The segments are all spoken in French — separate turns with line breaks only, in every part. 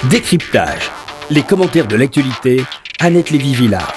Décryptage. Les commentaires de l'actualité, Annette Lévy-Villard.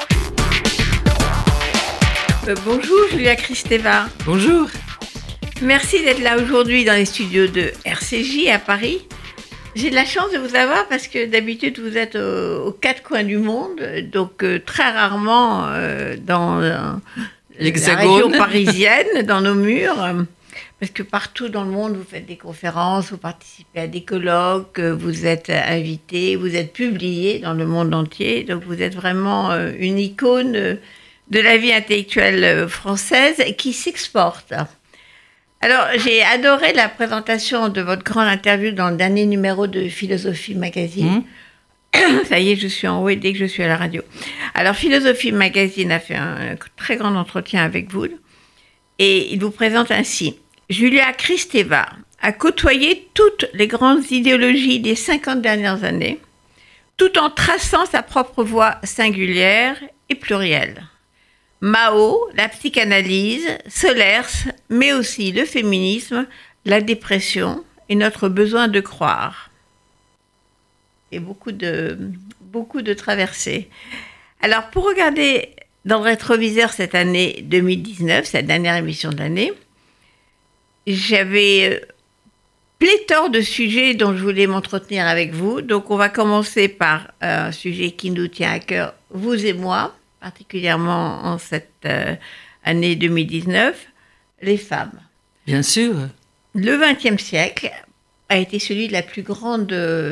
Bonjour Julia Kristeva.
Bonjour.
Merci d'être là aujourd'hui dans les studios de RCJ à Paris. J'ai de la chance de vous avoir parce que d'habitude vous êtes aux quatre coins du monde, donc très rarement dans la région parisienne, dans nos murs. Parce que partout dans le monde, vous faites des conférences, vous participez à des colloques, vous êtes invité, vous êtes publié dans le monde entier. Donc vous êtes vraiment une icône de la vie intellectuelle française qui s'exporte. Alors j'ai adoré la présentation de votre grande interview dans le dernier numéro de Philosophie Magazine. Ça y est, je suis en haut et dès que je suis à la radio. Alors Philosophie Magazine a fait un très grand entretien avec vous et il vous présente ainsi. Julia Kristeva a côtoyé toutes les grandes idéologies des 50 dernières années, tout en traçant sa propre voie singulière et plurielle. Mao, la psychanalyse, Solers, mais aussi le féminisme, la dépression et notre besoin de croire. Et beaucoup de traversées. Alors, pour regarder dans le rétroviseur cette année 2019, cette dernière émission de l'année, j'avais pléthore de sujets dont je voulais m'entretenir avec vous. Donc, on va commencer par un sujet qui nous tient à cœur, vous et moi, particulièrement en cette année 2019, les femmes.
Bien sûr.
Le XXe siècle a été celui de la plus grande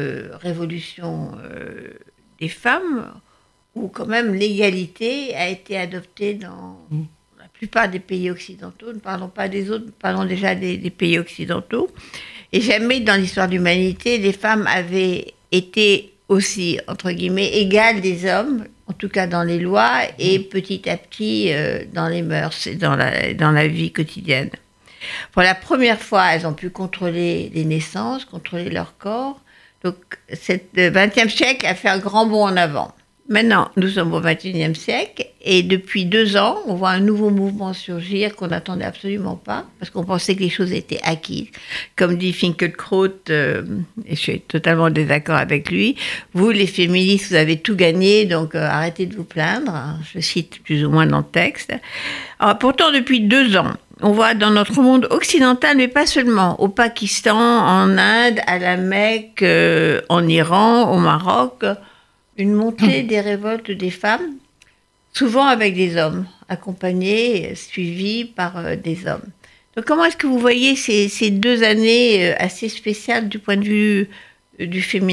révolution des femmes, où quand même l'égalité a été adoptée dans la plupart des pays occidentaux. Ne parlons pas des autres, parlons déjà des pays occidentaux. Et jamais dans l'histoire de l'humanité, les femmes avaient été aussi, entre guillemets, égales des hommes, en tout cas dans les lois, et petit à petit dans les mœurs et dans la vie quotidienne. Pour la première fois, elles ont pu contrôler les naissances, contrôler leur corps. Donc, le XXe siècle a fait un grand bond en avant. Maintenant, nous sommes au XXIe siècle et depuis 2 ans, on voit un nouveau mouvement surgir qu'on n'attendait absolument pas parce qu'on pensait que les choses étaient acquises. Comme dit Finkielkraut, et je suis totalement en désaccord avec lui, vous, les féministes, vous avez tout gagné, donc arrêtez de vous plaindre. Je cite plus ou moins dans le texte. Alors, pourtant, depuis 2 ans, on voit dans notre monde occidental, mais pas seulement, au Pakistan, en Inde, à la Mecque, en Iran, au Maroc, une montée des révoltes des femmes, souvent avec des hommes, accompagnés, suivis par des hommes. Donc comment est-ce que vous voyez ces 2 années assez spéciales du point de vue du féminin ?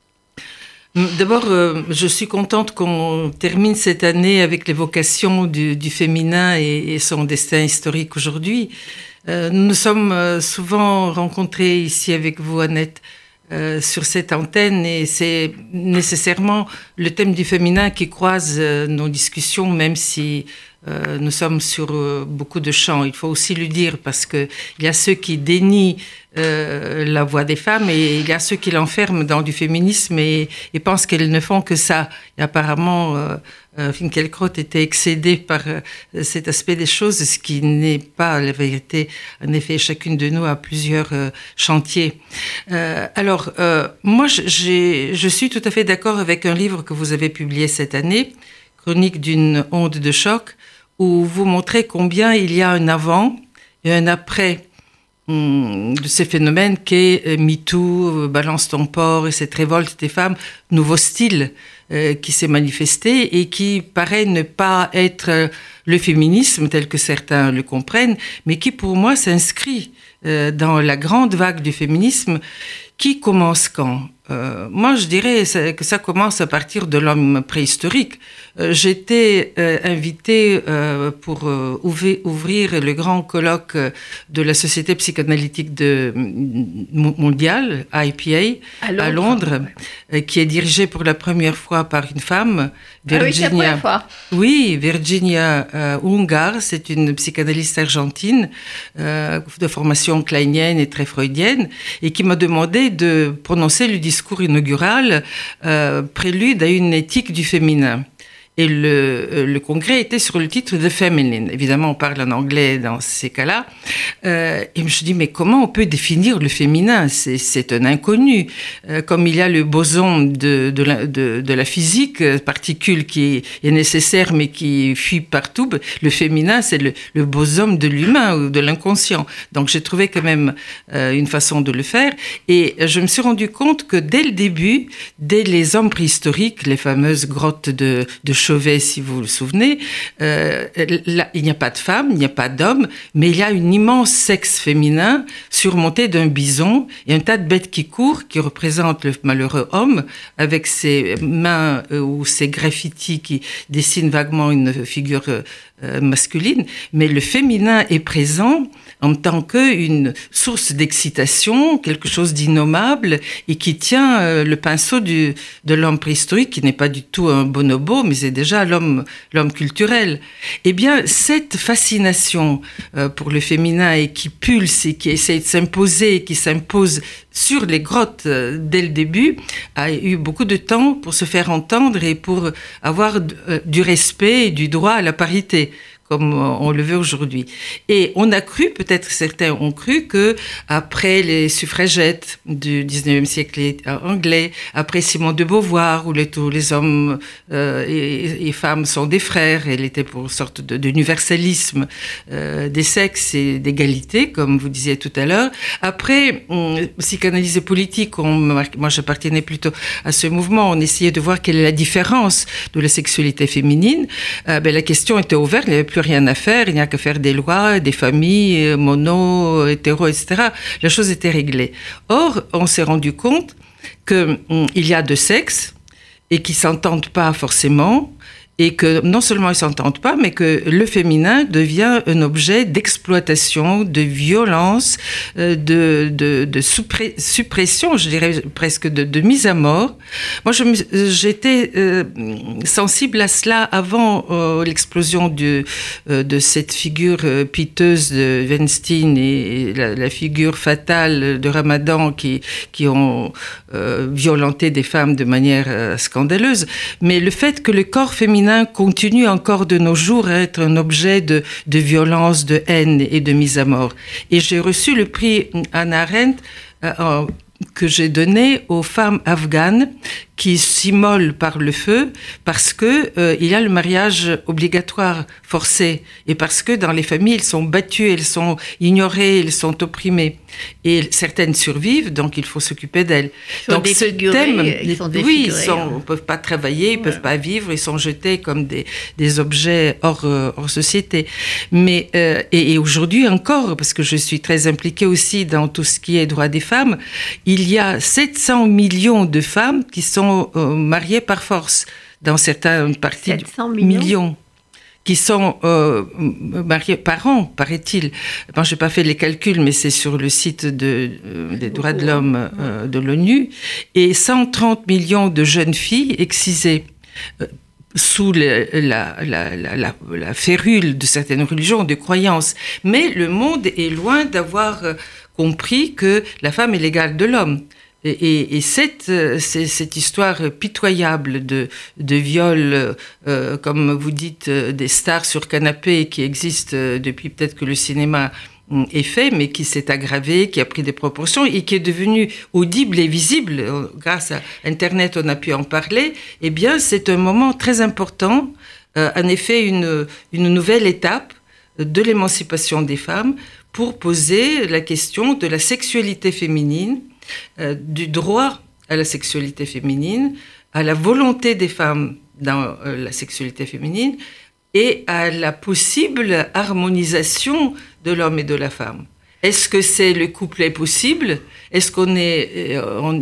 D'abord, je suis contente qu'on termine cette année avec l'évocation du féminin et son destin historique aujourd'hui. Nous nous sommes souvent rencontrés ici avec vous, Annette, sur cette antenne, et c'est nécessairement le thème du féminin qui croise nos discussions, même si nous sommes sur beaucoup de champs. Il faut aussi le dire, parce qu'il y a ceux qui dénient la voix des femmes et il y a ceux qui l'enferment dans du féminisme et pensent qu'elles ne font que ça. Et apparemment, Finkielkraut était excédé par cet aspect des choses, ce qui n'est pas la vérité. En effet, chacune de nous a plusieurs chantiers. Alors, moi, je suis tout à fait d'accord avec un livre que vous avez publié cette année, Chronique d'une onde de choc, où vous montrez combien il y a un avant et un après de ces phénomènes qu'est MeToo, Balance ton porc et cette révolte des femmes, nouveau style qui s'est manifesté et qui paraît ne pas être le féminisme tel que certains le comprennent, mais qui pour moi s'inscrit dans la grande vague du féminisme qui commence quand ? Moi, je dirais que ça commence à partir de l'homme préhistorique. J'étais invitée pour ouvrir le grand colloque de la Société psychanalytique mondiale, IPA, à Londres, qui est dirigée pour la première fois par une femme, Virginia. Oui, Virginia Ungar, c'est une psychanalyste argentine de formation kleinienne et très freudienne, et qui m'a demandé de prononcer le discours inaugural, prélude à une éthique du féminin. Et le congrès était sur le titre The Feminine. Évidemment, on parle en anglais dans ces cas-là. Et je me suis dit, mais comment on peut définir le féminin ? C'est un inconnu. Comme il y a le boson de la physique, particule qui est nécessaire mais qui fuit partout, le féminin, c'est le boson de l'humain ou de l'inconscient. Donc j'ai trouvé quand même une façon de le faire. Et je me suis rendu compte que dès le début, dès les hommes préhistoriques, les fameuses grottes de Chauvet, si vous vous souvenez, là, il n'y a pas de femmes, il n'y a pas d'hommes, mais il y a une immense sexe féminin surmonté d'un bison et un tas de bêtes qui courent, qui représentent le malheureux homme, avec ses mains ou ses graffitis qui dessinent vaguement une figure masculine, mais le féminin est présent en tant qu'une source d'excitation, quelque chose d'innommable et qui tient le pinceau de l'homme préhistorique, qui n'est pas du tout un bonobo, mais c'est déjà l'homme culturel. Eh bien, cette fascination pour le féminin et qui pulse et qui essaie de s'imposer et qui s'impose sur les grottes dès le début, a eu beaucoup de temps pour se faire entendre et pour avoir du respect et du droit à la parité, comme on le veut aujourd'hui. Et on a cru, peut-être certains ont cru, que après les suffragettes du 19e siècle anglais, après Simone de Beauvoir, où tous les hommes et femmes sont des frères, elle était pour une sorte d'universalisme des sexes et d'égalité, comme vous disiez tout à l'heure. Après, psychanalyse politique, moi j'appartenais plutôt à ce mouvement, on essayait de voir quelle est la différence de la sexualité féminine. La question était ouverte, il n'y avait plus rien à faire, il n'y a qu'à faire des lois, des familles, mono, hétéro, etc. La chose était réglée. Or, on s'est rendu compte qu'il y a deux sexes et qui ne s'entendent pas forcément, et que non seulement ils ne s'entendent pas, mais que le féminin devient un objet d'exploitation, de violence, de suppression, je dirais presque de mise à mort. Moi, j'étais sensible à cela avant l'explosion de cette figure piteuse de Weinstein et la figure fatale de Ramadan qui ont violenté des femmes de manière scandaleuse. Mais le fait que le corps féminin continue encore de nos jours à être un objet de violence, de haine et de mise à mort. Et j'ai reçu le prix Hannah Arendt que j'ai donné aux femmes afghanes qui s'immolent par le feu parce que il y a le mariage obligatoire forcé et parce que dans les familles, elles sont battues, elles sont ignorées, elles sont opprimées. Et certaines survivent, donc il faut s'occuper d'elles. Donc ce thème,
ils sont
oui, ils ne peuvent pas travailler, ils ne peuvent pas vivre, ils sont jetés comme des objets hors société. Mais, et aujourd'hui encore, parce que je suis très impliquée aussi dans tout ce qui est droit des femmes, il y a 700 millions de femmes qui sont mariées par force dans certaines parties.
700 millions
qui sont mariés par an, paraît-il. Bon, je n'ai pas fait les calculs, mais c'est sur le site des droits de l'homme de l'ONU. Et 130 millions de jeunes filles excisées sous la férule de certaines religions, de croyances. Mais le monde est loin d'avoir compris que la femme est l'égale de l'homme. Et cette histoire pitoyable de viol, comme vous dites, des stars sur canapé qui existent depuis peut-être que le cinéma est fait, mais qui s'est aggravé, qui a pris des proportions et qui est devenu audible et visible. Grâce à Internet, on a pu en parler. Eh bien, c'est un moment très important, en effet, une nouvelle étape de l'émancipation des femmes pour poser la question de la sexualité féminine, du droit à la sexualité féminine, à la volonté des femmes dans la sexualité féminine et à la possible harmonisation de l'homme et de la femme. Est-ce que le couple est possible ? Est-ce qu'on est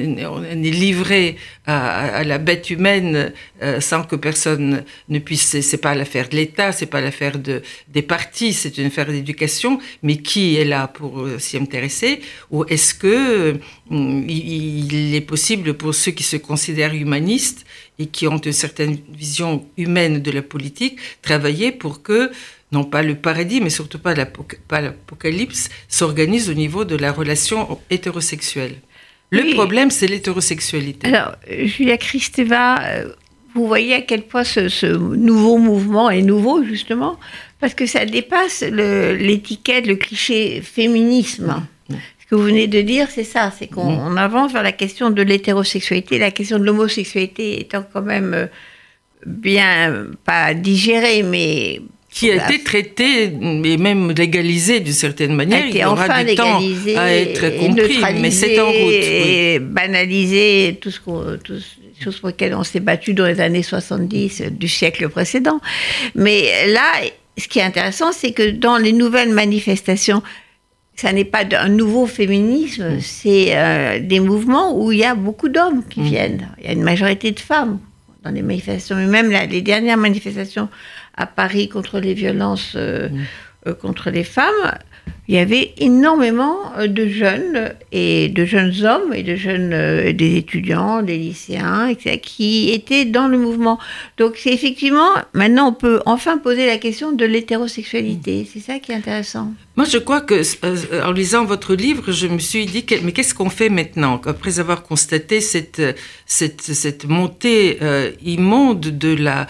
livré à la bête humaine sans que personne ne puisse... C'est pas l'affaire de l'État, c'est pas l'affaire des partis, c'est une affaire d'éducation. Mais qui est là pour s'y intéresser ? Ou est-ce que il est possible pour ceux qui se considèrent humanistes et qui ont une certaine vision humaine de la politique, travailler pour que non pas le paradis, mais surtout pas l'apocalypse, s'organise au niveau de la relation hétérosexuelle. Le problème, c'est l'hétérosexualité.
Alors, Julia Kristeva, vous voyez à quel point ce nouveau mouvement est nouveau, justement, parce que ça dépasse l'étiquette, le cliché féminisme. Ce que vous venez de dire, c'est ça, c'est qu'on avance vers la question de l'hétérosexualité, la question de l'homosexualité étant quand même bien, pas digérée, mais...
qui a été traitée et même légalisée d'une certaine manière. Il y aura du temps à être compris, mais c'est en route.
Et banalisé tout les choses pour lesquelles on s'est battu dans les années 70 du siècle précédent. Mais là, ce qui est intéressant, c'est que dans les nouvelles manifestations, ça n'est pas un nouveau féminisme, c'est des mouvements où il y a beaucoup d'hommes qui viennent. Il y a une majorité de femmes dans les manifestations. Mais même les dernières manifestations à Paris contre les violences contre les femmes, il y avait énormément de jeunes hommes et des étudiants, des lycéens, etc., qui étaient dans le mouvement. Donc c'est effectivement, maintenant on peut enfin poser la question de l'hétérosexualité. C'est ça qui est intéressant.
Moi, je crois que, en lisant votre livre, je me suis dit, mais qu'est-ce qu'on fait maintenant, après avoir constaté cette montée immonde de la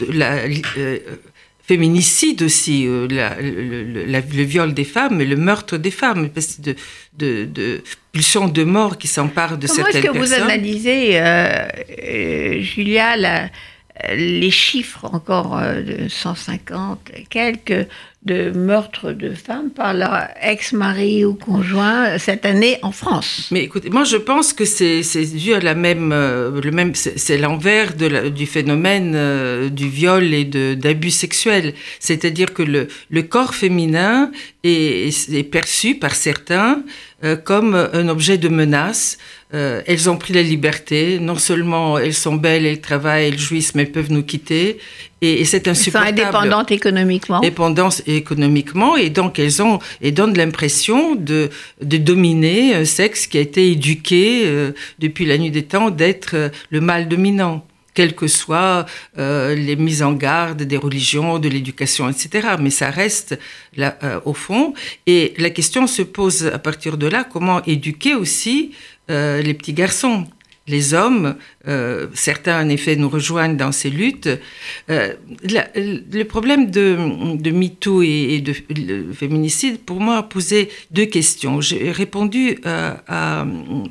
féminicide aussi, le viol des femmes et le meurtre des femmes, une espèce de pulsion de mort qui s'empare de certaines personnes.
Comment est-ce que vous analysez, Julia, les chiffres encore de 150 quelques de meurtres de femmes par leur ex-mari ou conjoint cette année en France?
Mais écoutez, moi je pense que c'est dû à c'est l'envers du phénomène du viol et d'abus sexuels. C'est-à-dire que le corps féminin est perçu par certains comme un objet de menace. Elles ont pris la liberté. Non seulement elles sont belles, elles travaillent, elles jouissent, mais elles peuvent nous quitter. Et c'est insupportable.
Elles sont indépendantes économiquement.
Économiquement, et donc elles donnent l'impression de dominer un sexe qui a été éduqué depuis la nuit des temps d'être le mâle dominant, quelles que soient les mises en garde des religions, de l'éducation, etc. Mais ça reste là, au fond. Et la question se pose à partir de là, comment éduquer aussi les petits garçons. Les hommes, certains en effet nous rejoignent dans ces luttes. Le problème de MeToo et de féminicide, pour moi, a posé deux questions. J'ai répondu à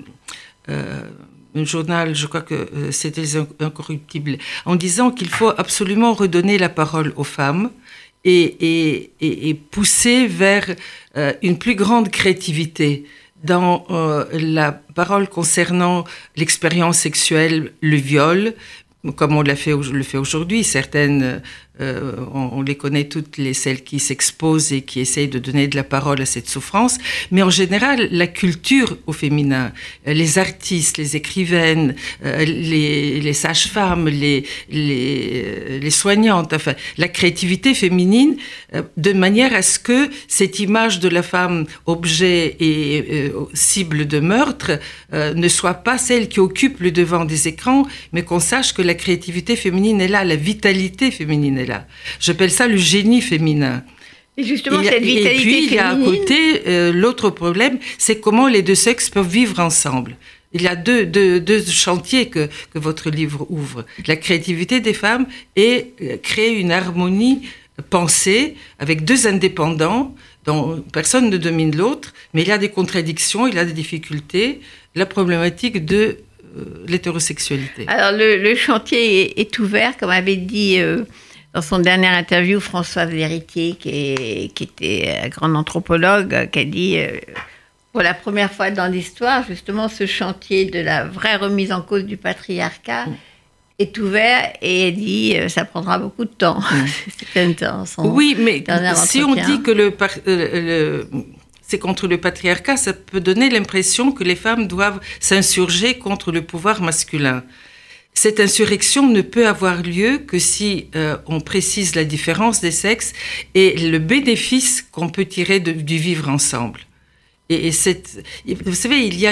un journal, je crois que c'était Les Incorruptibles, en disant qu'il faut absolument redonner la parole aux femmes et pousser vers une plus grande créativité dans la parole concernant l'expérience sexuelle, le viol, comme on le fait aujourd'hui. Certaines, on les connaît toutes, celles qui s'exposent et qui essayent de donner de la parole à cette souffrance. Mais en général, la culture au féminin, les artistes, les écrivaines, les sages-femmes, les soignantes, enfin, la créativité féminine, de manière à ce que cette image de la femme objet et cible de meurtre ne soit pas celle qui occupe le devant des écrans, mais qu'on sache que la créativité féminine est là, la vitalité féminine est là. J'appelle ça le génie féminin.
Et justement, cette vitalité féminine...
Et puis, il y a à côté, l'autre problème, c'est comment les deux sexes peuvent vivre ensemble. Il y a deux chantiers que votre livre ouvre. La créativité des femmes et créer une harmonie pensée avec deux indépendants dont personne ne domine l'autre, mais il y a des contradictions, il y a des difficultés. La problématique de l'hétérosexualité.
Alors, le chantier est ouvert, comme avait dit dans son dernière interview Françoise Lhéritier, qui était un grand anthropologue, qui a dit, pour la première fois dans l'histoire, justement, ce chantier de la vraie remise en cause du patriarcat est ouvert, et elle dit ça prendra beaucoup de temps. C'est dans son
oui, mais si on
entretien.
dit que c'est contre le patriarcat, ça peut donner l'impression que les femmes doivent s'insurger contre le pouvoir masculin. Cette insurrection ne peut avoir lieu que si on précise la différence des sexes et le bénéfice qu'on peut tirer du vivre ensemble. Vous savez, il y a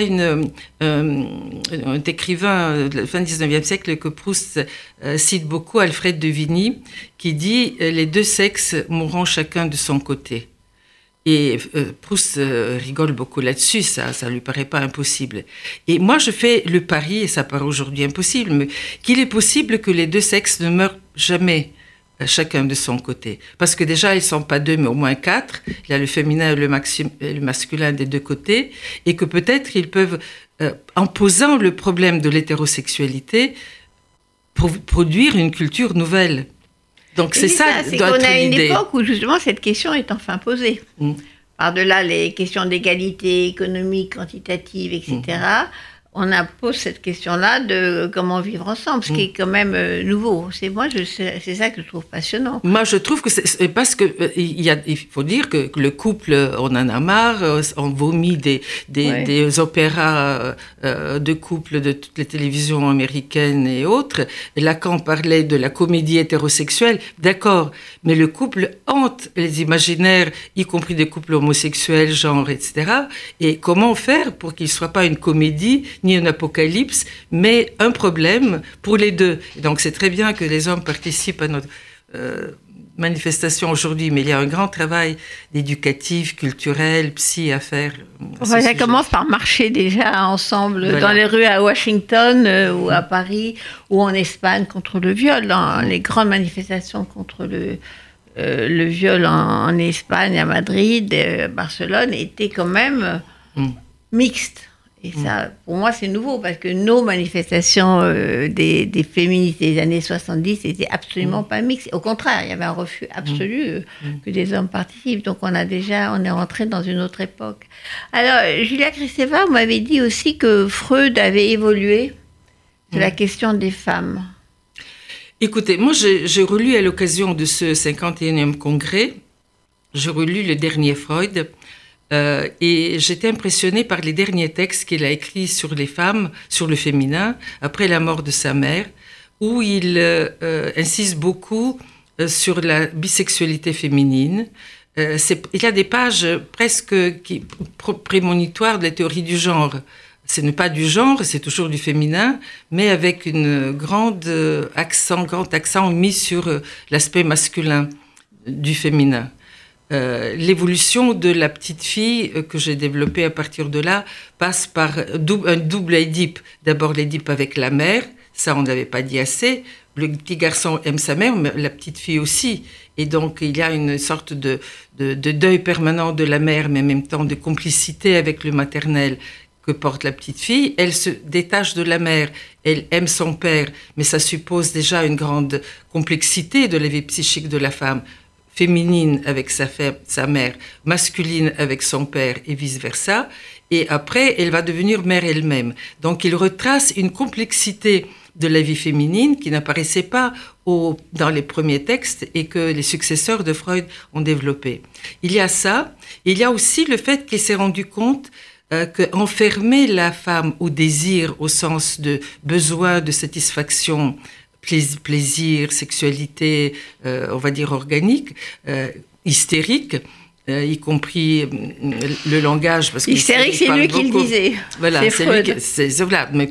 un écrivain de la fin du 19e siècle que Proust cite beaucoup, Alfred de Vigny, qui dit « Les deux sexes mourront chacun de son côté ». Et Proust rigole beaucoup là-dessus, ça lui paraît pas impossible. Et moi, je fais le pari, et ça paraît aujourd'hui impossible, mais qu'il est possible que les deux sexes ne meurent jamais, chacun de son côté. Parce que déjà, ils sont pas deux, mais au moins quatre. Il y a le féminin et le masculin des deux côtés, et que peut-être ils peuvent, en posant le problème de l'hétérosexualité, produire une culture nouvelle. Donc c'est ça,
c'est qu'on a une époque où justement cette question est enfin posée. Par-delà les questions d'égalité économique, quantitative, etc., on pose cette question-là de comment vivre ensemble, ce qui est quand même nouveau. C'est ça que je trouve passionnant.
Moi, je trouve que c'est parce que il faut dire que le couple, on en a marre, on vomit des opéras de couple de toutes les télévisions américaines et autres. Et Lacan parlait de la comédie hétérosexuelle, d'accord, mais le couple hante les imaginaires, y compris des couples homosexuels, genre, etc. Et comment faire pour qu'il ne soit pas une comédie ni un apocalypse, mais un problème pour les deux. Et donc c'est très bien que les hommes participent à notre manifestation aujourd'hui, mais il y a un grand travail éducatif, culturel, psy à faire.
Ça commence par marcher déjà ensemble dans les rues à Washington ou à Paris ou en Espagne contre le viol. Les grandes manifestations contre le viol en Espagne, à Madrid, à Barcelone, étaient quand même mixtes. Et ça, pour moi, c'est nouveau, parce que nos manifestations des féministes des années 70 n'étaient absolument pas mixtes. Au contraire, il y avait un refus absolu que des hommes participent. Donc, on est rentré dans une autre époque. Alors, Julia Kristeva, vous m'avez dit aussi que Freud avait évolué sur la question des femmes.
Écoutez, moi, j'ai relu à l'occasion de ce 51e congrès, j'ai relu le dernier Freud. Et j'étais impressionnée par les derniers textes qu'il a écrits sur les femmes, sur le féminin, après la mort de sa mère, où il insiste beaucoup sur la bisexualité féminine. Il y a des pages presque prémonitoires de la théorie du genre. Ce n'est pas du genre, c'est toujours du féminin, mais avec un grand accent mis sur l'aspect masculin du féminin. L'évolution de la petite fille que j'ai développée à partir de là passe par un double Édipe. D'abord l'Édipe avec la mère, ça on n'avait pas dit assez. Le petit garçon aime sa mère, mais la petite fille aussi. Et donc il y a une sorte de deuil permanent de la mère, mais en même temps de complicité avec le maternel que porte la petite fille. Elle se détache de la mère, elle aime son père, mais ça suppose déjà une grande complexité de la vie psychique de la femme. Féminine avec sa mère, masculine avec son père et vice-versa. Et après, elle va devenir mère elle-même. Donc, il retrace une complexité de la vie féminine qui n'apparaissait pas dans les premiers textes et que les successeurs de Freud ont développé. Il y a ça. Il y a aussi le fait qu'il s'est rendu compte qu'enfermer la femme au désir, au sens de besoin de satisfaction, plaisir, sexualité, on va dire organique, hystérique, y compris le langage. Parce que
hystérique, c'est lui qui le disait.
Voilà, c'est lui voilà. Mais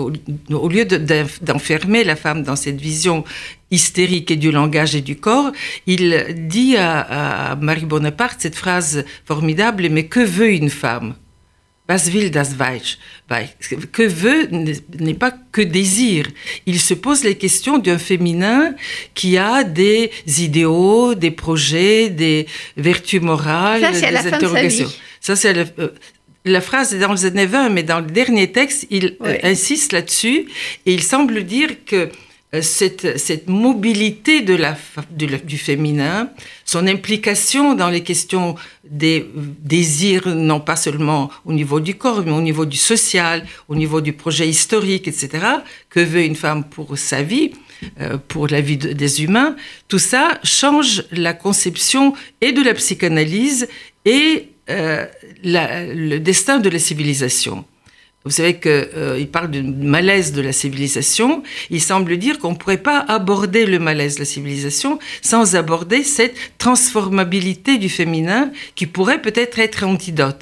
au lieu d'enfermer la femme dans cette vision hystérique et du langage et du corps, il dit à Marie Bonaparte cette phrase formidable, mais que veut une femme ? Was will das Weib? Que veut n'est pas que désir. Il se pose les questions d'un féminin qui a des idéaux, des projets, des vertus morales,
ça, c'est
des interrogations. Ça, c'est la phrase est dans les années 20, mais dans le dernier texte, il insiste là-dessus et il semble dire que cette mobilité du féminin, son implication dans les questions des désirs, non pas seulement au niveau du corps, mais au niveau du social, au niveau du projet historique, etc. Que veut une femme pour sa vie, pour la vie des humains? Tout ça change la conception et de la psychanalyse et le destin de la civilisation. Vous savez qu'il parle du malaise de la civilisation. Il semble dire qu'on ne pourrait pas aborder le malaise de la civilisation sans aborder cette transformabilité du féminin qui pourrait peut-être être antidote.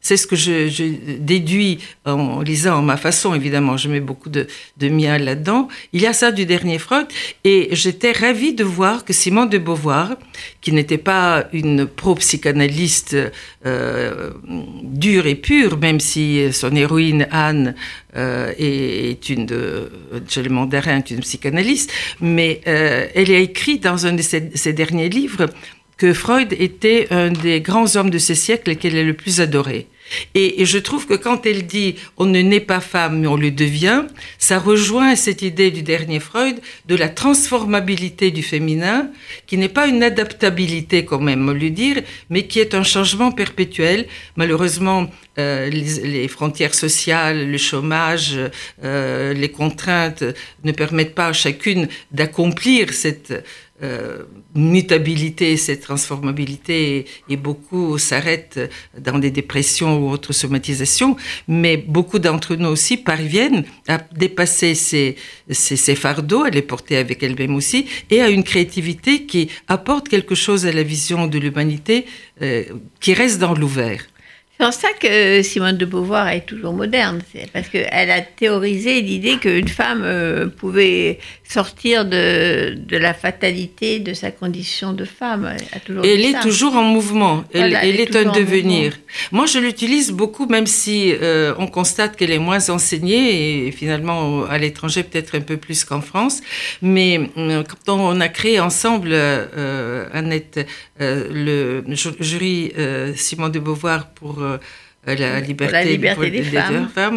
C'est ce que je déduis en lisant à ma façon, évidemment. Je mets beaucoup de mien là-dedans. Il y a ça du dernier Freud. Et j'étais ravie de voir que Simone de Beauvoir, qui n'était pas une pro-psychanalyste dure et pure, même si son héroïne Anne est une de Jolie Mandarin, est une psychanalyste, mais elle a écrit dans un de ses derniers livres que Freud était un des grands hommes de ce siècle et qu'elle est le plus adoré. Et je trouve que quand elle dit « on ne naît pas femme, mais on le devient », ça rejoint cette idée du dernier Freud de la transformabilité du féminin, qui n'est pas une adaptabilité, quand même, le dire, mais qui est un changement perpétuel. Malheureusement, les frontières sociales, le chômage, les contraintes ne permettent pas à chacune d'accomplir cette mutabilité, cette transformabilité, et beaucoup s'arrêtent dans des dépressions ou autres somatisations, mais beaucoup d'entre nous aussi parviennent à dépasser ces fardeaux, à les porter avec elles-mêmes aussi, et à une créativité qui apporte quelque chose à la vision de l'humanité qui reste dans l'ouvert.
C'est en ça que Simone de Beauvoir est toujours moderne, c'est parce qu'elle a théorisé l'idée qu'une femme pouvait sortir de la fatalité de sa condition de femme.
Elle est toujours en mouvement, elle est un devenir. Moi, je l'utilise beaucoup, même si on constate qu'elle est moins enseignée, et finalement à l'étranger peut-être un peu plus qu'en France. Mais quand on a créé ensemble, Annette, le jury Simone de Beauvoir pour la liberté des femmes,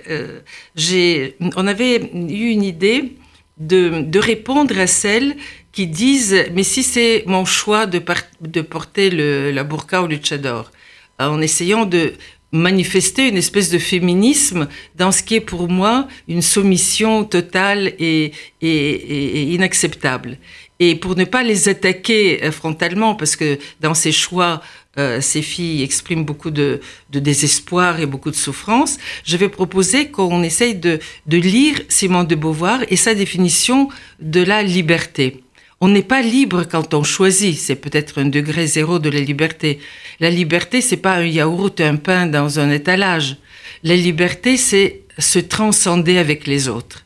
on avait eu une idée de répondre à celles qui disent « mais si c'est mon choix de porter la burqa ou le tchador », en essayant de manifester une espèce de féminisme dans ce qui est pour moi une soumission totale et inacceptable. Et pour ne pas les attaquer frontalement, parce que dans ces choix, ces filles expriment beaucoup de désespoir et beaucoup de souffrance, je vais proposer qu'on essaye de lire Simone de Beauvoir et sa définition de la liberté. On n'est pas libre quand on choisit, c'est peut-être un degré zéro de la liberté. La liberté, c'est pas un yaourt, un pain dans un étalage. La liberté, c'est se transcender avec les autres.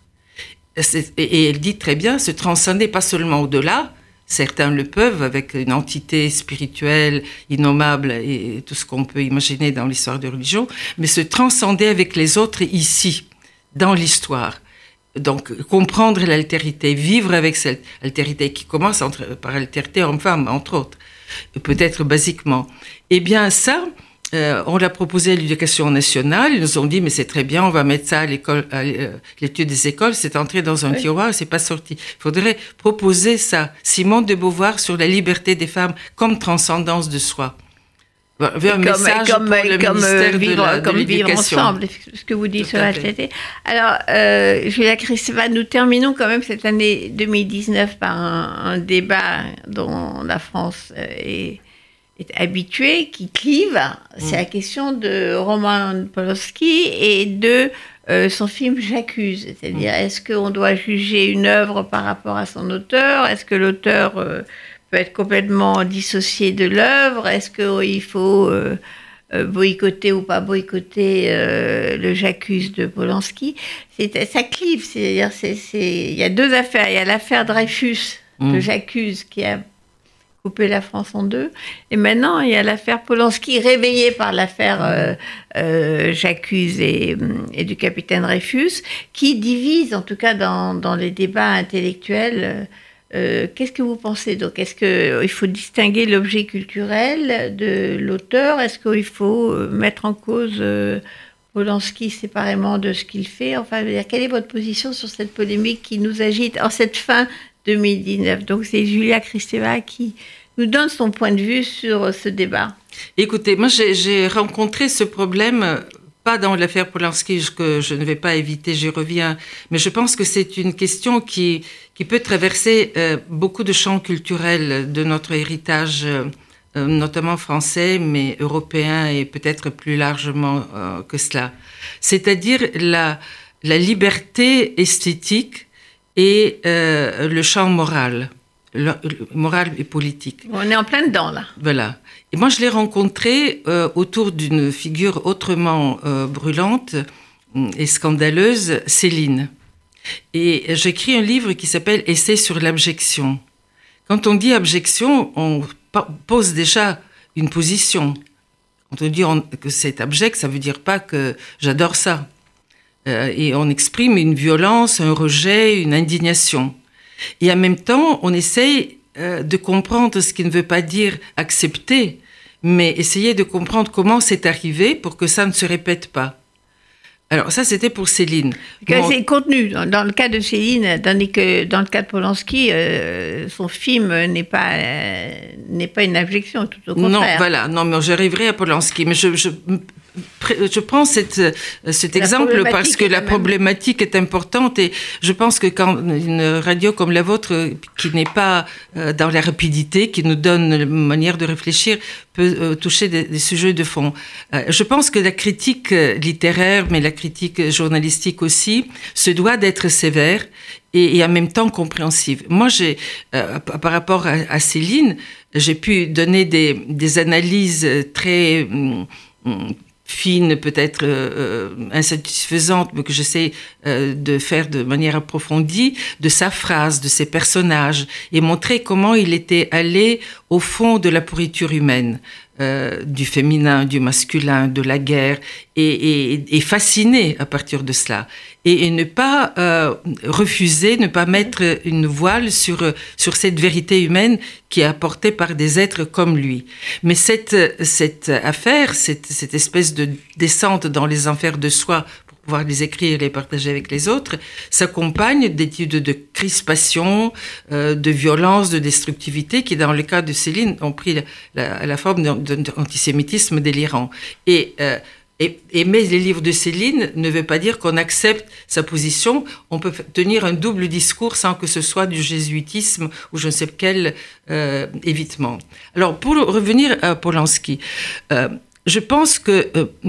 Et elle dit très bien, se transcender pas seulement au-delà, certains le peuvent avec une entité spirituelle innommable et tout ce qu'on peut imaginer dans l'histoire de religion, mais se transcender avec les autres ici, dans l'histoire. Donc, comprendre l'altérité, vivre avec cette altérité qui commence par altérité homme-femme, entre autres, peut-être basiquement. Eh bien, ça, on l'a proposé à l'éducation nationale. Ils nous ont dit, mais c'est très bien, on va mettre ça à l'école, l'étude des écoles. C'est entré dans un tiroir, c'est pas sorti. Il faudrait proposer ça. Simone de Beauvoir sur la liberté des femmes comme transcendance de soi. Un message pour le ministère de l'Éducation.
Vivre ensemble, ce que vous dites sur la TT. Alors, Julia Kristeva, nous terminons quand même cette année 2019 par un débat dont la France est habituée, qui clive. C'est la question de Roman Polanski et de son film J'accuse. C'est-à-dire, est-ce qu'on doit juger une œuvre par rapport à son auteur? Est-ce que l'auteur peut être complètement dissocié de l'œuvre? Est-ce qu'il faut boycotter ou pas boycotter le J'accuse de Polanski? Ça clive, c'est-à-dire il y a deux affaires. Il y a l'affaire Dreyfus, que J'accuse, qui a coupé la France en deux, et maintenant il y a l'affaire Polanski réveillée par l'affaire J'accuse et du capitaine Dreyfus, qui divise en tout cas dans les débats intellectuels. Qu'est-ce que vous pensez? Donc, est-ce qu'il faut distinguer l'objet culturel de l'auteur? Est-ce qu'il faut mettre en cause Polanski séparément de ce qu'il fait? Enfin, quelle est votre position sur cette polémique qui nous agite en cette fin 2019? Donc, c'est Julia Kristeva qui nous donne son point de vue sur ce débat.
Écoutez, moi, j'ai rencontré ce problème pas dans l'affaire Polanski, que je ne vais pas éviter, j'y reviens, mais je pense que c'est une question qui peut traverser beaucoup de champs culturels de notre héritage, notamment français, mais européen et peut-être plus largement que cela. C'est-à-dire la liberté esthétique et le champ moral. morale et politique.
On est en plein dedans, là.
Voilà. Et moi, je l'ai rencontré autour d'une figure autrement brûlante et scandaleuse, Céline. Et j'écris un livre qui s'appelle « Essai sur l'abjection ». Quand on dit abjection, on pose déjà une position. Quand on dit que c'est abject, ça ne veut dire pas que j'adore ça. Et on exprime une violence, un rejet, une indignation. Et en même temps, on essaye de comprendre ce qui ne veut pas dire accepter, mais essayer de comprendre comment c'est arrivé pour que ça ne se répète pas. Alors ça, c'était pour Céline.
C'est contenu. Dans le cas de Céline, tandis que dans le cas de Polanski, son film n'est pas une abjection, tout au contraire.
Non, voilà. Non, mais j'arriverai à Polanski. Mais je prends cet exemple parce que la problématique est importante et je pense que quand une radio comme la vôtre, qui n'est pas dans la rapidité, qui nous donne une manière de réfléchir, peut toucher des sujets de fond. Je pense que la critique littéraire, mais la critique journalistique aussi, se doit d'être sévère et en même temps compréhensive. Moi, par rapport à Céline, j'ai pu donner des analyses très fine, peut-être insatisfaisante, mais que j'essaie de faire de manière approfondie, de sa phrase, de ses personnages, et montrer comment il était allé au fond de la pourriture humaine, du féminin, du masculin, de la guerre, et fasciné à partir de cela. Et ne pas refuser, ne pas mettre une voile sur cette vérité humaine qui est apportée par des êtres comme lui. Mais cette affaire, cette espèce de descente dans les enfers de soi pour pouvoir les écrire et les partager avec les autres, s'accompagne d'études de crispation, de violence, de destructivité qui, dans le cas de Céline, ont pris la forme d'un antisémitisme délirant. Et aimer les livres de Céline ne veut pas dire qu'on accepte sa position. On peut tenir un double discours sans que ce soit du jésuitisme ou je ne sais quel évitement. Alors, pour revenir à Polanski, je pense que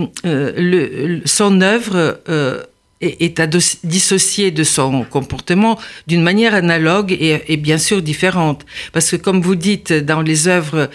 son œuvre est à dissocier de son comportement d'une manière analogue et bien sûr différente. Parce que comme vous dites, dans les œuvres,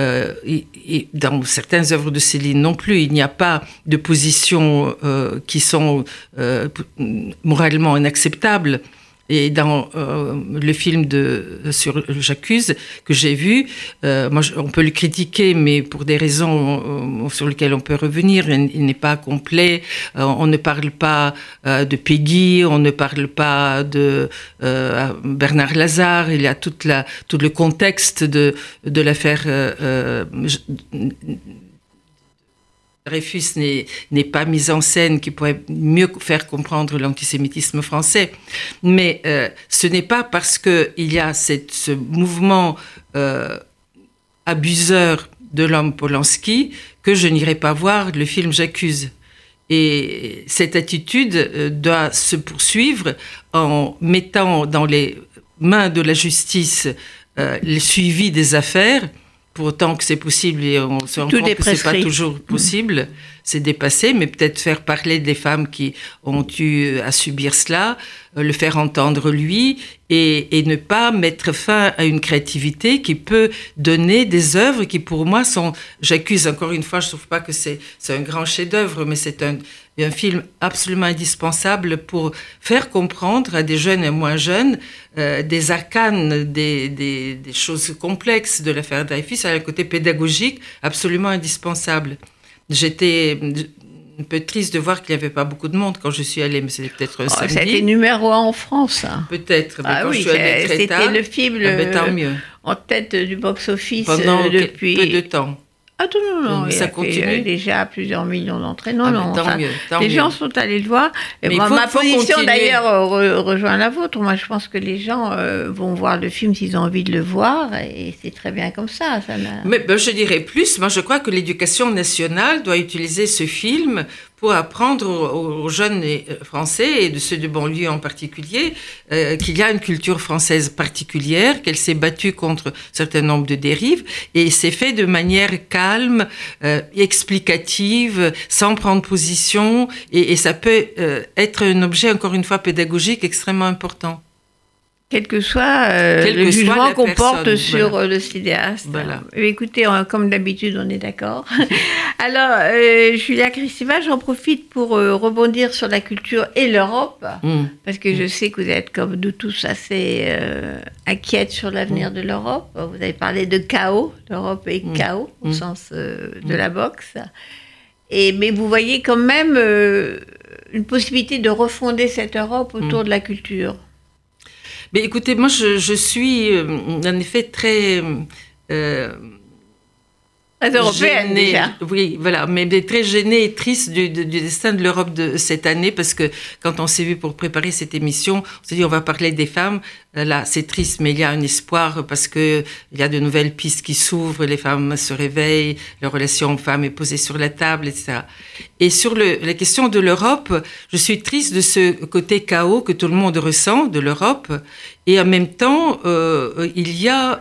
et dans certaines œuvres de Céline non plus, il n'y a pas de positions qui sont moralement inacceptables. Et dans le film sur J'accuse que j'ai vu, on peut le critiquer, mais pour des raisons sur lesquelles on peut revenir, il n'est pas complet. On ne parle pas de Peggy, on ne parle pas de Bernard Lazare. Il y a tout le contexte de l'affaire. Dreyfus n'est pas mise en scène, qui pourrait mieux faire comprendre l'antisémitisme français. Mais ce n'est pas parce qu'il y a ce mouvement abuseur de l'homme Polanski que je n'irai pas voir le film J'accuse. Et cette attitude doit se poursuivre en mettant dans les mains de la justice le suivi des affaires, pour autant que c'est possible, et on se rend compte que c'est pas toujours possible, c'est dépassé, mais peut-être faire parler des femmes qui ont eu à subir cela, le faire entendre lui, et ne pas mettre fin à une créativité qui peut donner des œuvres qui pour moi sont, j'accuse encore une fois, je trouve pas que c'est un grand chef-d'œuvre, mais c'est un film absolument indispensable pour faire comprendre à des jeunes et moins jeunes des arcanes, des choses complexes de l'affaire Dreyfus, à un côté pédagogique absolument indispensable. J'étais un peu triste de voir qu'il n'y avait pas beaucoup de monde quand je suis allée, mais c'était peut-être un samedi.
C'était numéro 1 en France. Hein.
Peut-être, mais quand je suis allée très tard,
c'était le film
tant mieux.
En tête du box-office
depuis peu de temps.
Ah non,
ça continue.
Déjà plusieurs millions d'entrées. Non,
tant mieux.
Les gens sont allés le voir. Et ma position d'ailleurs rejoint la vôtre. Moi, je pense que les gens vont voir le film s'ils ont envie de le voir, et c'est très bien comme ça.
Mais je dirais plus. Moi, je crois que l'éducation nationale doit utiliser ce film pour apprendre aux jeunes Français, et de ceux de banlieue en particulier, qu'il y a une culture française particulière, qu'elle s'est battue contre un certain nombre de dérives, et c'est fait de manière calme, explicative, sans prendre position, et ça peut être un objet, encore une fois, pédagogique extrêmement important.
Quel que soit le jugement qu'on porte sur le cinéaste.
Voilà.
Écoutez, comme d'habitude, on est d'accord. Alors, Julia Kristeva, j'en profite pour rebondir sur la culture et l'Europe, parce que je sais que vous êtes, comme nous tous, assez inquiète sur l'avenir de l'Europe. Vous avez parlé de chaos, l'Europe est chaos, au sens de la boxe. Mais vous voyez quand même une possibilité de refonder cette Europe autour de la culture.
Mais écoutez, moi, je suis en effet très
européenne déjà.
Oui, voilà, mais très gênée et triste du destin de l'Europe de cette année, parce que quand on s'est vu pour préparer cette émission, on s'est dit on va parler des femmes. Là, c'est triste, mais il y a un espoir parce que il y a de nouvelles pistes qui s'ouvrent, les femmes se réveillent, leur relation homme-femme est posée sur la table, etc. Et sur la question de l'Europe, je suis triste de ce côté chaos que tout le monde ressent de l'Europe. Et en même temps, il y a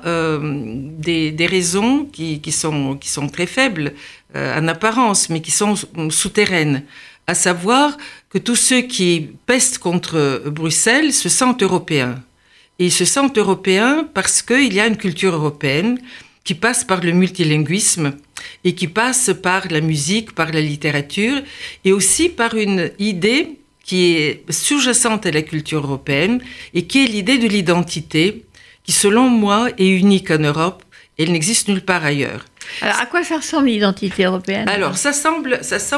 des raisons qui sont très faibles en apparence, mais qui sont souterraines. À savoir que tous ceux qui pestent contre Bruxelles se sentent européens. Et ils se sentent européens parce qu'il y a une culture européenne qui passe par le multilinguisme et qui passe par la musique, par la littérature, et aussi par une idée qui est sous-jacente à la culture européenne et qui est l'idée de l'identité, qui selon moi est unique en Europe et elle n'existe nulle part ailleurs.
Alors à quoi ça ressemble l'identité européenne ?
Alors ça semble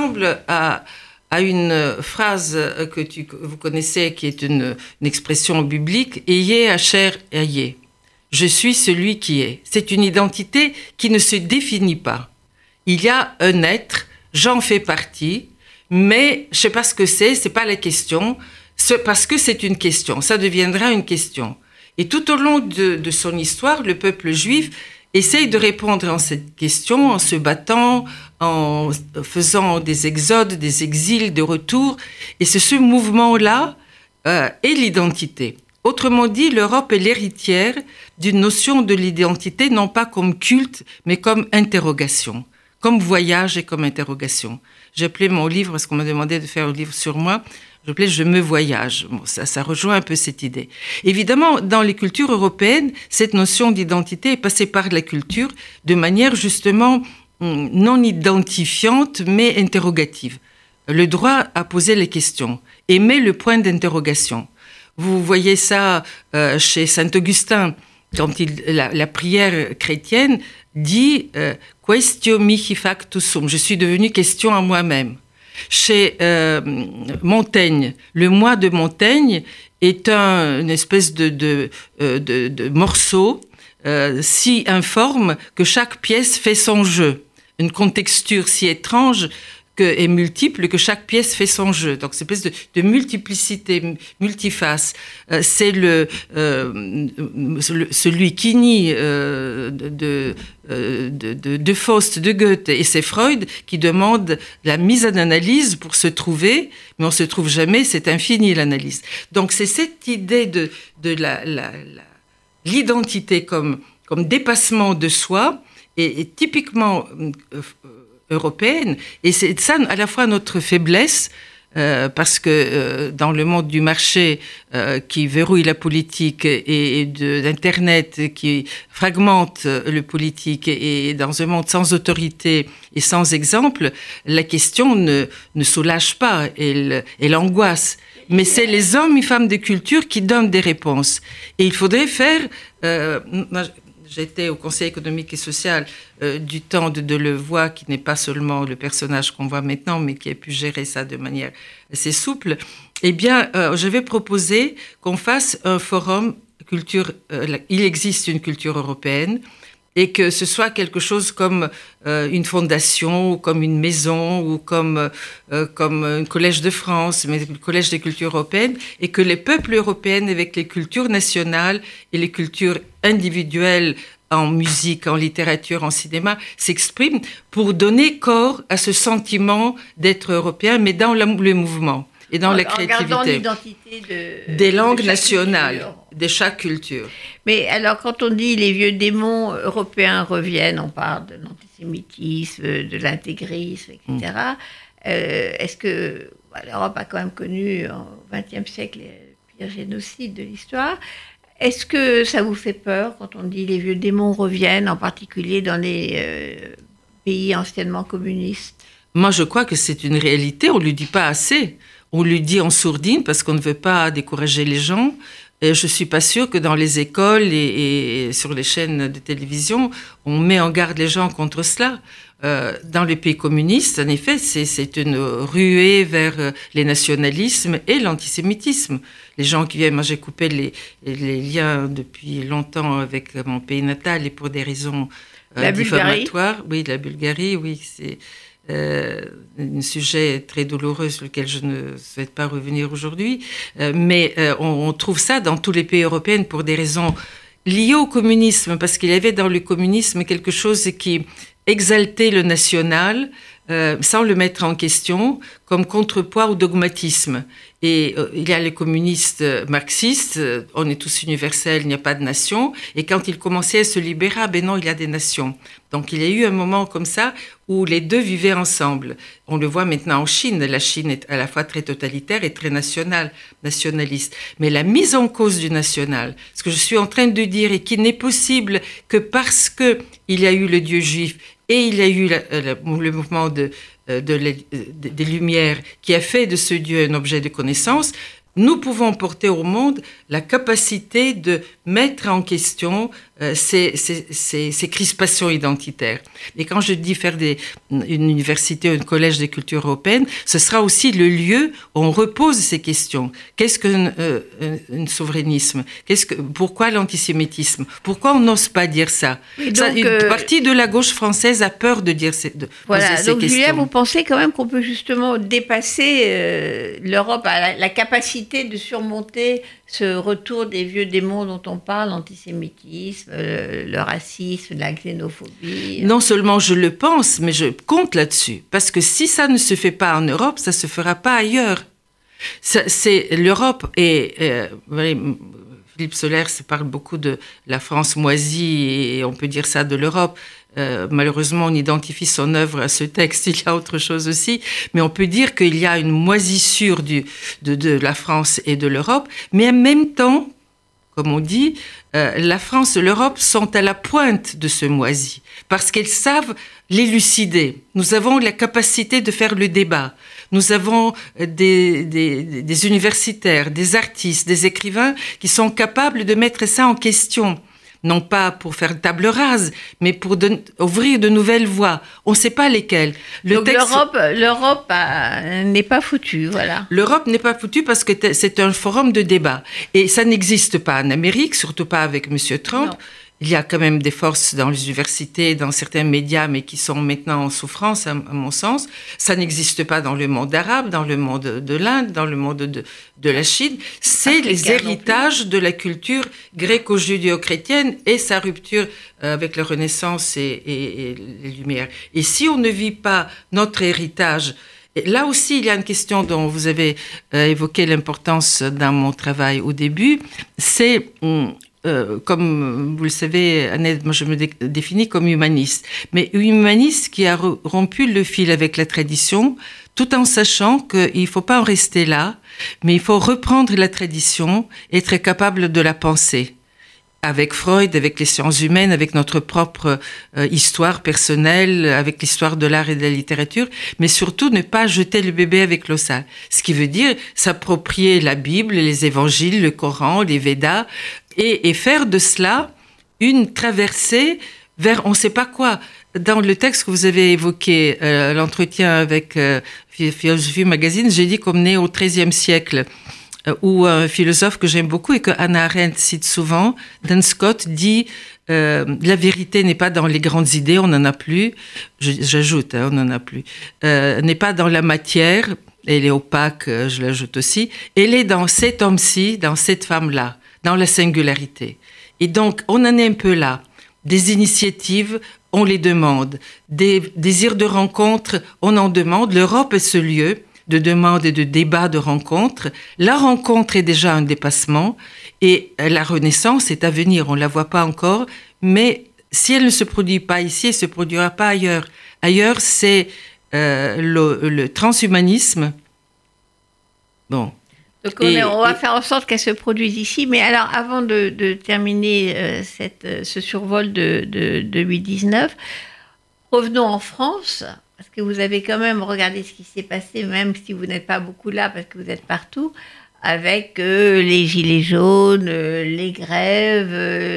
à une phrase que vous connaissez, qui est une expression biblique, « Ayez asher ayez ». Je suis celui qui est. C'est une identité qui ne se définit pas. Il y a un être, j'en fais partie, mais je ne sais pas ce que c'est pas la question, parce que c'est une question, ça deviendra une question. Et tout au long de son histoire, le peuple juif essaye de répondre à cette question en se battant, en faisant des exodes, des exils, des retours. Et c'est ce mouvement-là est l'identité. Autrement dit, l'Europe est l'héritière d'une notion de l'identité, non pas comme culte, mais comme interrogation, comme voyage et comme interrogation. J'ai appelé mon livre, parce qu'on m'a demandé de faire un livre sur moi, j'ai appelé « Je me voyage ». Bon, ça rejoint un peu cette idée. Évidemment, dans les cultures européennes, cette notion d'identité est passée par la culture de manière justement non identifiante, mais interrogative. Le droit à poser les questions et met le point d'interrogation. Vous voyez ça chez Saint-Augustin, quand la prière chrétienne dit « Quaestio mihi factus sum », je suis devenu question à moi-même. Chez Montaigne, le moi de Montaigne est une espèce de morceau si informe que chaque pièce fait son jeu. Une contexture si étrange et multiple que chaque pièce fait son jeu. Donc, cette espèce de multiplicité, multiface. C'est celui qui nie de Faust, de Goethe, et c'est Freud qui demande la mise en analyse pour se trouver, mais on ne se trouve jamais, c'est infini l'analyse. Donc, c'est cette idée de l'identité comme dépassement de soi et typiquement européenne, et c'est ça à la fois notre faiblesse, parce que dans le monde du marché qui verrouille la politique et d'Internet qui fragmente le politique et dans un monde sans autorité et sans exemple, la question ne soulage pas, elle angoisse. Mais c'est les hommes et femmes de culture qui donnent des réponses. Et il faudrait faire... J'étais au Conseil économique et social du temps de Delevoye, qui n'est pas seulement le personnage qu'on voit maintenant, mais qui a pu gérer ça de manière assez souple. Eh bien, je vais proposer qu'on fasse un forum culture. Il existe une culture européenne, et que ce soit quelque chose comme une fondation, ou comme une maison, ou comme un collège de France, mais le collège des cultures européennes, et que les peuples européens, avec les cultures nationales et les cultures individuelles en musique, en littérature, en cinéma, s'expriment pour donner corps à ce sentiment d'être européen, mais dans le mouvement et dans la créativité. En gardant
l'identité
des langues nationales, de chaque culture.
Mais alors, quand on dit les vieux démons européens reviennent, on parle de l'antisémitisme, de l'intégrisme, etc. Est-ce que l'Europe a quand même connu au XXe siècle le pire génocide de l'histoire? Est-ce que ça vous fait peur quand on dit les vieux démons reviennent, en particulier dans les pays anciennement communistes?
Moi, je crois que c'est une réalité, on ne lui dit pas assez. On lui dit en sourdine parce qu'on ne veut pas décourager les gens. Et je ne suis pas sûre que dans les écoles et sur les chaînes de télévision, on met en garde les gens contre cela. Dans les pays communistes, en effet, c'est une ruée vers les nationalismes et l'antisémitisme. Les gens qui viennent, moi j'ai coupé les liens depuis longtemps avec mon pays natal et pour des raisons diffamatoires. Oui, la Bulgarie, oui, c'est un sujet très douloureux sur lequel je ne souhaite pas revenir aujourd'hui. Mais on trouve ça dans tous les pays européens pour des raisons liées au communisme, parce qu'il y avait dans le communisme quelque chose qui exaltait le national sans le mettre en question, comme contrepoids au dogmatisme. Et il y a les communistes marxistes, on est tous universels, il n'y a pas de nation. Et quand ils commençaient à se libérer, ah ben non, il y a des nations. Donc il y a eu un moment comme ça où les deux vivaient ensemble. On le voit maintenant en Chine. La Chine est à la fois très totalitaire et très nationaliste. Mais la mise en cause du national, ce que je suis en train de dire et qui n'est possible que parce qu'il y a eu le Dieu juif et il y a eu le mouvement des Lumières qui a fait de ce Dieu un objet de connaissance, nous pouvons porter au monde la capacité de mettre en question ces crispations identitaires. Et quand je dis faire une université, un collège de culture européenne, ce sera aussi le lieu où on repose ces questions. Qu'est-ce qu'un souverainisme? Pourquoi l'antisémitisme? Pourquoi on n'ose pas dire ça? Une partie de la gauche française a peur de dire poser ces questions.
Julia, vous pensez quand même qu'on peut justement dépasser l'Europe à la capacité de surmonter ce retour des vieux démons dont on parle, l'antisémitisme, le racisme, la xénophobie?
Non seulement je le pense, mais je compte là-dessus. Parce que si ça ne se fait pas en Europe, ça ne se fera pas ailleurs. C'est l'Europe et Philippe Solers parle beaucoup de la France moisie et on peut dire ça de l'Europe. Malheureusement, on identifie son œuvre à ce texte. Il y a autre chose aussi, mais on peut dire qu'il y a une moisissure de la France et de l'Europe, mais en même temps, comme on dit, la France et l'Europe sont à la pointe de ce moisi, parce qu'elles savent l'élucider. Nous avons la capacité de faire le débat. Nous avons des universitaires, des artistes, des écrivains qui sont capables de mettre ça en question. Non pas pour faire table rase, mais pour ouvrir de nouvelles voies. On ne sait pas lesquelles.
Donc l'Europe n'est pas foutue, voilà.
L'Europe n'est pas foutue parce que c'est un forum de débat. Et ça n'existe pas en Amérique, surtout pas avec M. Trump. Non. Il y a quand même des forces dans les universités, dans certains médias, mais qui sont maintenant en souffrance, à mon sens. Ça n'existe pas dans le monde arabe, dans le monde de l'Inde, dans le monde de la Chine. C'est les héritages de la culture gréco-judéo-chrétienne et sa rupture avec la Renaissance et les Lumières. Et si on ne vit pas notre héritage, là aussi, il y a une question dont vous avez évoqué l'importance dans mon travail au début, c'est... comme vous le savez, Annette, moi je me définis comme humaniste. Mais humaniste qui a rompu le fil avec la tradition, tout en sachant qu'il ne faut pas en rester là, mais il faut reprendre la tradition et être capable de la penser. Avec Freud, avec les sciences humaines, avec notre propre histoire personnelle, avec l'histoire de l'art et de la littérature, mais surtout ne pas jeter le bébé avec l'eau sale. Ce qui veut dire s'approprier la Bible, les évangiles, le Coran, les Védas, et faire de cela une traversée vers on ne sait pas quoi. Dans le texte que vous avez évoqué, l'entretien avec Philosophie Magazine, j'ai dit qu'on est au XIIIe siècle, où un philosophe que j'aime beaucoup et que Hannah Arendt cite souvent, Dan Scott, dit la vérité n'est pas dans les grandes idées, on n'en a plus, j'ajoute, on n'en a plus, n'est pas dans la matière, elle est opaque, je l'ajoute aussi, elle est dans cet homme-ci, dans cette femme-là, dans la singularité. Et donc, on en est un peu là. Des initiatives, on les demande. Des désirs de rencontre, on en demande. L'Europe est ce lieu de demande et de débat, de rencontre. La rencontre est déjà un dépassement et la renaissance est à venir. On ne la voit pas encore, mais si elle ne se produit pas ici, elle ne se produira pas ailleurs. Ailleurs, c'est le transhumanisme. Bon.
Donc on va faire en sorte qu'elle se produise ici. Mais alors, avant de terminer ce survol de 8-19, revenons en France, parce que vous avez quand même regardé ce qui s'est passé, même si vous n'êtes pas beaucoup là, parce que vous êtes partout, avec les gilets jaunes, les grèves,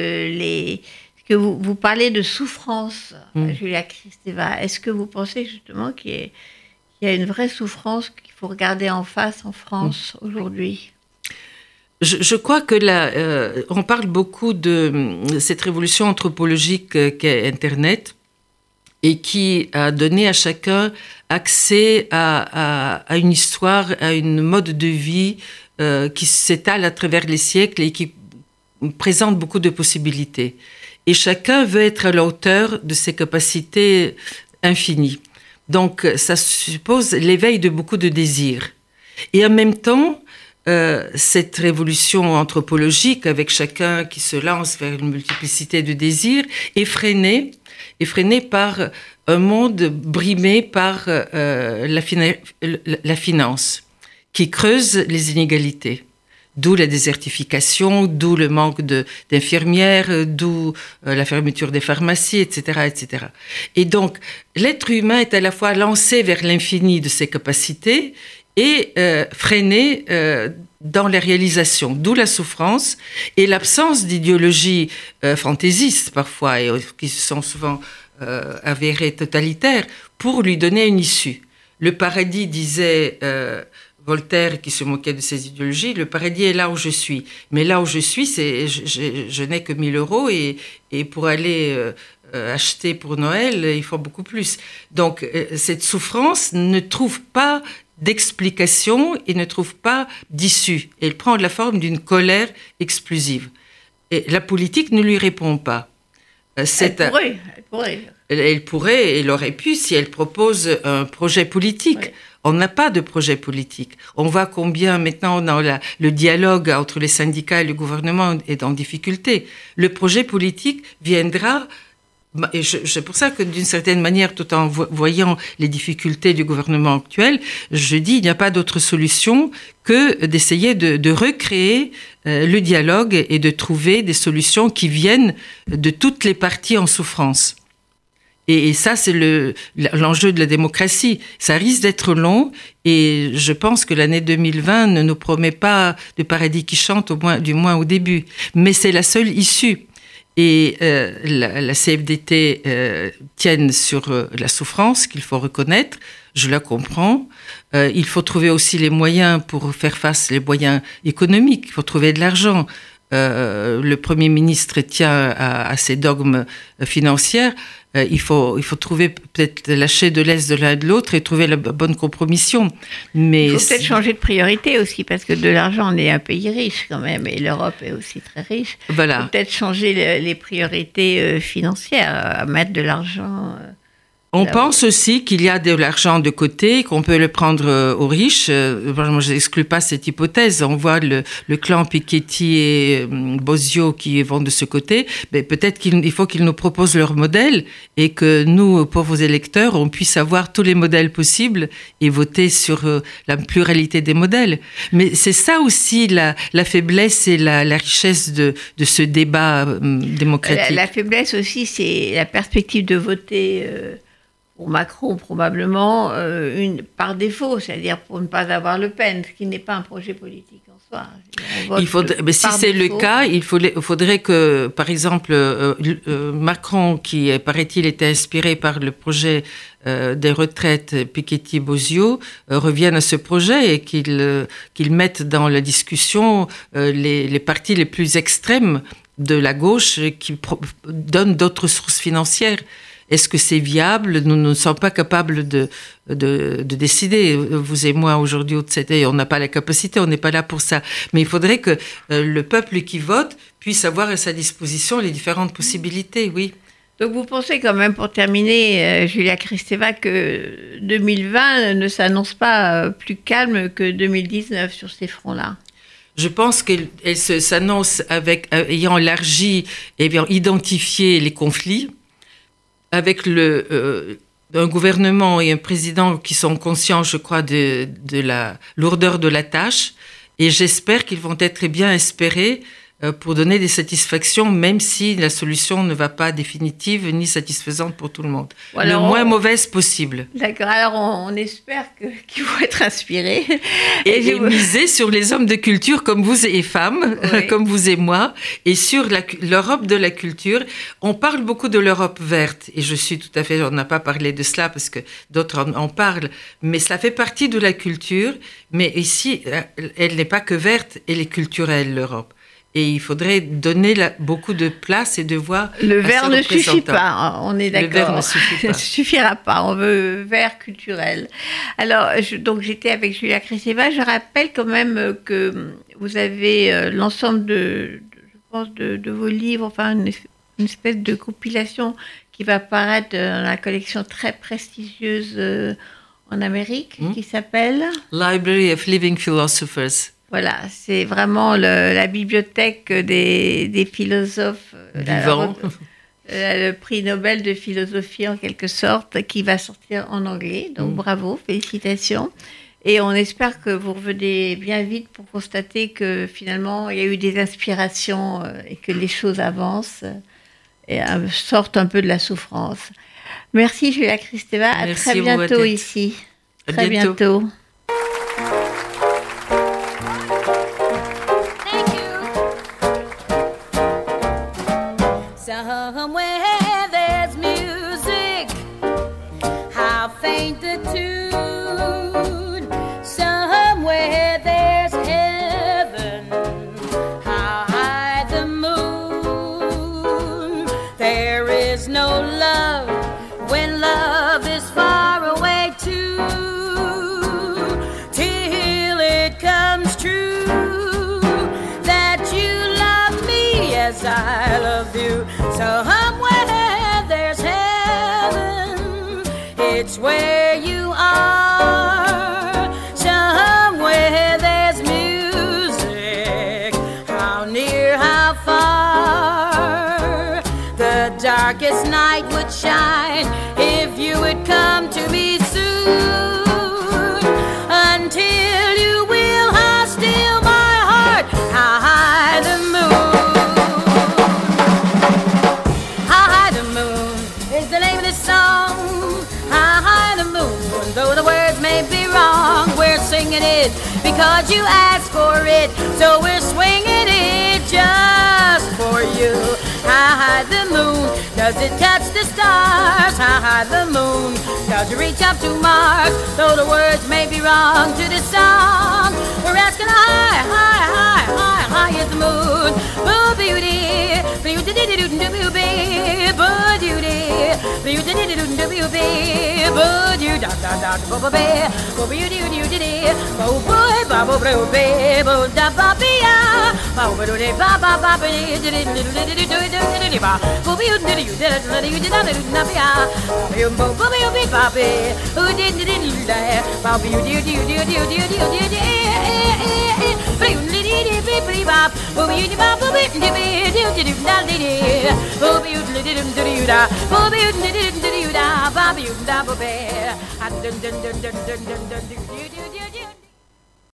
que vous parlez de souffrance, Julia Kristeva. Est-ce que vous pensez justement qu'il y a une vraie souffrance qu'il faut regarder en face en France aujourd'hui?
Je crois que là, on parle beaucoup de cette révolution anthropologique qu'est Internet et qui a donné à chacun accès à une histoire, à une mode de vie qui s'étale à travers les siècles et qui présente beaucoup de possibilités. Et chacun veut être à la hauteur de ses capacités infinies. Donc, ça suppose l'éveil de beaucoup de désirs. Et en même temps, cette révolution anthropologique, avec chacun qui se lance vers une multiplicité de désirs, est freinée par un monde brimé par la finance, qui creuse les inégalités. D'où la désertification, d'où le manque d'infirmières, d'où la fermeture des pharmacies, etc., etc. Et donc, l'être humain est à la fois lancé vers l'infini de ses capacités et freiné dans les réalisations, d'où la souffrance et l'absence d'idéologies fantaisistes parfois, et qui sont souvent avérées totalitaires, pour lui donner une issue. Le paradis, disait Voltaire, qui se moquait de ces idéologies, le paradis est là où je suis. Mais là où je suis, je n'ai que 1 000 euros et pour aller acheter pour Noël, il faut beaucoup plus. Donc, cette souffrance ne trouve pas d'explication et ne trouve pas d'issue. Elle prend la forme d'une colère explosive. Et la politique ne lui répond pas. Elle pourrait, elle aurait pu si elle propose un projet politique. Oui. On n'a pas de projet politique. On voit combien maintenant dans le dialogue entre les syndicats et le gouvernement est en difficulté. Le projet politique viendra, et c'est pour ça que d'une certaine manière, tout en voyant les difficultés du gouvernement actuel, je dis il n'y a pas d'autre solution que d'essayer de recréer le dialogue et de trouver des solutions qui viennent de toutes les parties en souffrance. Et ça, c'est l'enjeu de la démocratie. Ça risque d'être long et je pense que l'année 2020 ne nous promet pas de paradis qui chante, du moins au début. Mais c'est la seule issue. Et la CFDT tienne sur la souffrance qu'il faut reconnaître. Je la comprends. Il faut trouver aussi les moyens pour faire face, les moyens économiques. Il faut trouver de l'argent. Le Premier ministre tient à ses dogmes financiers. Il faut trouver, peut-être lâcher de l'Est de l'un et de l'autre et trouver la bonne compromission. Mais
il faut peut-être changer de priorité aussi, parce que de l'argent, on est un pays riche quand même, et l'Europe est aussi très riche.
Voilà.
Il faut peut-être changer les priorités financières, à mettre de l'argent...
On pense aussi qu'il y a de l'argent de côté, qu'on peut le prendre aux riches. Moi, je n'exclus pas cette hypothèse. On voit le clan Piketty et Bozio qui vont de ce côté. Mais peut-être qu'il faut qu'ils nous proposent leur modèle et que nous, pauvres électeurs, on puisse avoir tous les modèles possibles et voter sur la pluralité des modèles. Mais c'est ça aussi la faiblesse et la richesse de ce débat démocratique.
La faiblesse aussi, c'est la perspective de voter... pour Macron, probablement, par défaut, c'est-à-dire pour ne pas avoir Le Pen, ce qui n'est pas un projet politique en soi.
Mais si c'est le cas, il faudrait que, par exemple, Macron, qui, paraît-il, était inspiré par le projet des retraites Piketty-Bozio, revienne à ce projet et qu'il mette dans la discussion les partis les plus extrêmes de la gauche qui donnent d'autres sources financières. Est-ce que c'est viable? Nous ne sommes pas capables de décider. Vous et moi, aujourd'hui, on n'a pas la capacité, on n'est pas là pour ça. Mais il faudrait que le peuple qui vote puisse avoir à sa disposition les différentes possibilités, oui.
Donc vous pensez quand même, pour terminer, Julia Kristeva, que 2020 ne s'annonce pas plus calme que 2019 sur ces fronts-là?
Je pense qu'elle s'annonce ayant élargi et ayant identifié les conflits, avec un gouvernement et un président qui sont conscients, je crois, de la lourdeur de la tâche Et j'espère qu'ils vont être bien espérés pour donner des satisfactions, même si la solution ne va pas définitive ni satisfaisante pour tout le monde. Le moins mauvaise possible.
D'accord, alors on espère qu'ils vont être inspirés.
Et miser sur les hommes de culture comme vous et femmes, oui. Comme vous et moi, et sur l'Europe de la culture. On parle beaucoup de l'Europe verte, et je suis tout à fait, on n'a pas parlé de cela parce que d'autres en parlent, mais cela fait partie de la culture, mais ici, elle n'est pas que verte, elle est culturelle, l'Europe. Et il faudrait donner beaucoup de place et de voix.
Le vert ne suffit pas, on est d'accord.
Le vert ne suffit pas.
Ne suffira pas, on veut vert culturel. Alors, donc j'étais avec Julia Kristeva. Je rappelle quand même que vous avez l'ensemble je pense, de vos livres, enfin une espèce de compilation qui va apparaître dans la collection très prestigieuse en Amérique, qui s'appelle
Library of Living Philosophers.
Voilà, c'est vraiment la bibliothèque des philosophes
vivants.
Le prix Nobel de philosophie en quelque sorte, qui va sortir en anglais. Donc bravo, félicitations. Et on espère que vous revenez bien vite pour constater que finalement il y a eu des inspirations et que les choses avancent et sortent un peu de la souffrance. Merci Julia Kristeva, à très bientôt ici.
Très bientôt.
I love you. Somewhere there's heaven, it's where you are. Somewhere there's music, how near, how far. The darkest night would shine if you would come to me soon. Until you will, how still my heart, how high the moon. Though the words may be wrong, we're singing it because you asked for it. So we're swinging it just for you. How high the moon, does it touch the stars? How high the moon, does it reach up to Mars? Though the words may be wrong to this song, we're asking high, high, high, high, high is the moon. Oh beauty, beauty, beauty,